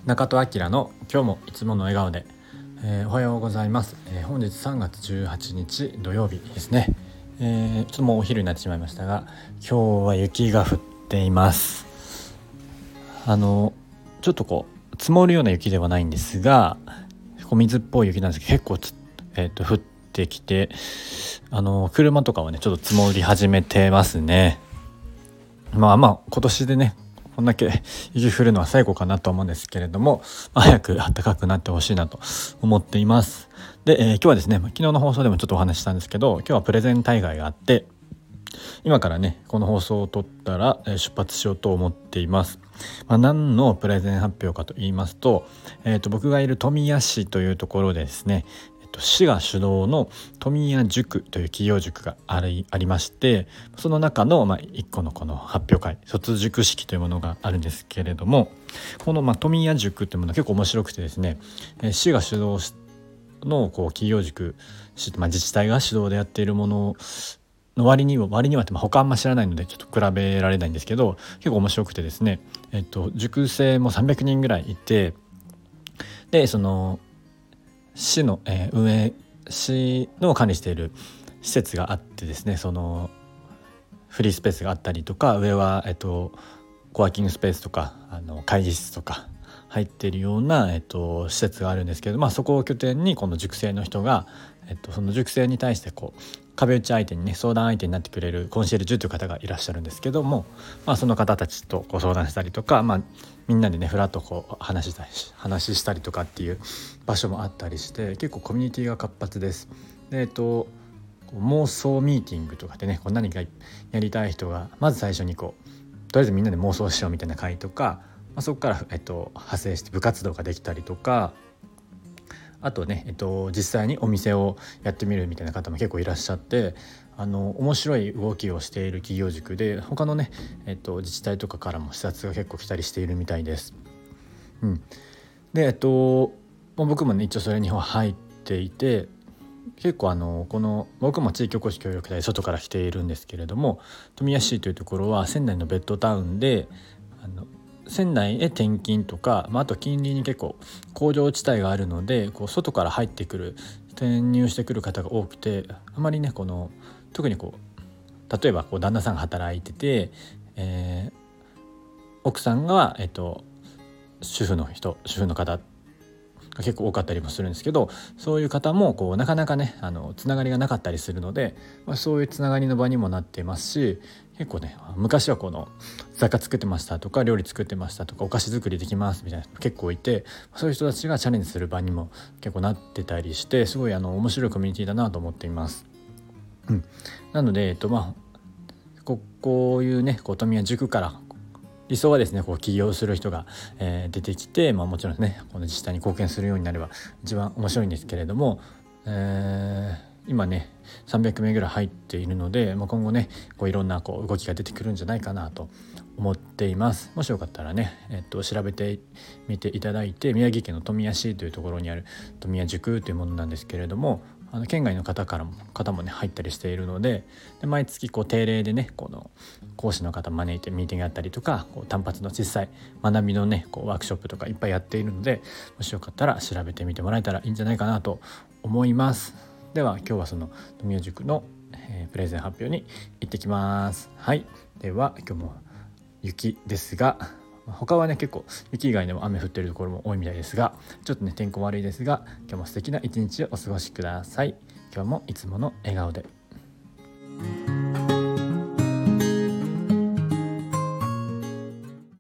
中戸明の今日もいつもの笑顔で、おはようございます。本日3月18日土曜日ですね。ちょっともうお昼になってしまいましたが、今日は雪が降っています。ちょっと積もるような雪ではないんですが、水っぽい雪なんですけど結構降ってきて、車とかはねちょっと積もり始めてますね。まあ今年でねこんだけ雪降るのは最後かなと思うんですけれども、早く暖かくなってほしいなと思っています。で、今日はですね、昨日の放送でもちょっとお話ししたんですけど、今日はプレゼン大会があって、今からねこの放送を撮ったら出発しようと思っています。何のプレゼン発表かと言いますと、僕がいる富谷市というところでですね、市が主導の富谷塾という企業塾がありまして、その中の一個のこの発表会、卒塾式というものがあるんですけれども、この富谷塾というものは結構面白くてですね、市が主導の企業塾、自治体が主導でやっているものの割にはって他あんま知らないのでちょっと比べられないんですけど、結構面白くてですね、塾生も300人ぐらいいて、でその市の、市の管理している施設があってですね、そのフリースペースがあったりとか、上は、コワーキングスペースとか会議室とか入っているような、施設があるんですけど、そこを拠点にこの塾生の人が、その塾生に対して壁打ち相手にね、相談相手になってくれるコンシェルジュという方がいらっしゃるんですけども、その方たちと相談したりとか、みんなでねふらっと話したりとかっていう場所もあったりして、結構コミュニティが活発です。で、妄想ミーティングとかでね、何かやりたい人がまず最初にとりあえずみんなで妄想しようみたいな会とか、そこから、派生して部活動ができたりとか、あとね、実際にお店をやってみるみたいな方も結構いらっしゃって、面白い動きをしている企業塾で、他のね、自治体とかからも視察が結構来たりしているみたいです。で、僕もね一応それに入っていて、結構僕も地域おこし協力隊外から来ているんですけれども、富谷市というところは仙台のベッドタウンで、仙台へ転勤とか、あと近隣に結構工場地帯があるので、外から入ってくる転入してくる方が多くて、あまりね特に例えば旦那さんが働いてて、奥さんが、主婦の方が結構多かったりもするんですけど、そういう方もなかなかねつながりがなかったりするので、そういうつながりの場にもなっていますし、結構ね昔は雑貨作ってましたとか料理作ってましたとかお菓子作りできますみたいな人結構いて、そういう人たちがチャレンジする場にも結構なってたりして、すごい面白いコミュニティだなと思っています。なので、こういうね富谷塾から理想はですね起業する人が、出てきて、もちろんねこの自治体に貢献するようになれば一番面白いんですけれども、今ね300名ぐらい入っているので、今後ねいろんな動きが出てくるんじゃないかなと思っています。もしよかったらね、調べてみていただいて、宮城県の富谷市というところにある富谷塾というものなんですけれども、県外の方もね入ったりしているので、毎月定例でね講師の方招いてミーティングやったりとか、単発の小さい学びのねワークショップとかいっぱいやっているので、もしよかったら調べてみてもらえたらいいんじゃないかなと思います。では今日はその富谷塾の、プレゼン発表に行ってきます。はい、では今日も雪ですが、他はね結構雪以外でも雨降ってるところも多いみたいですが、ちょっとね天候悪いですが、今日も素敵な一日をお過ごしください。今日もいつもの笑顔で。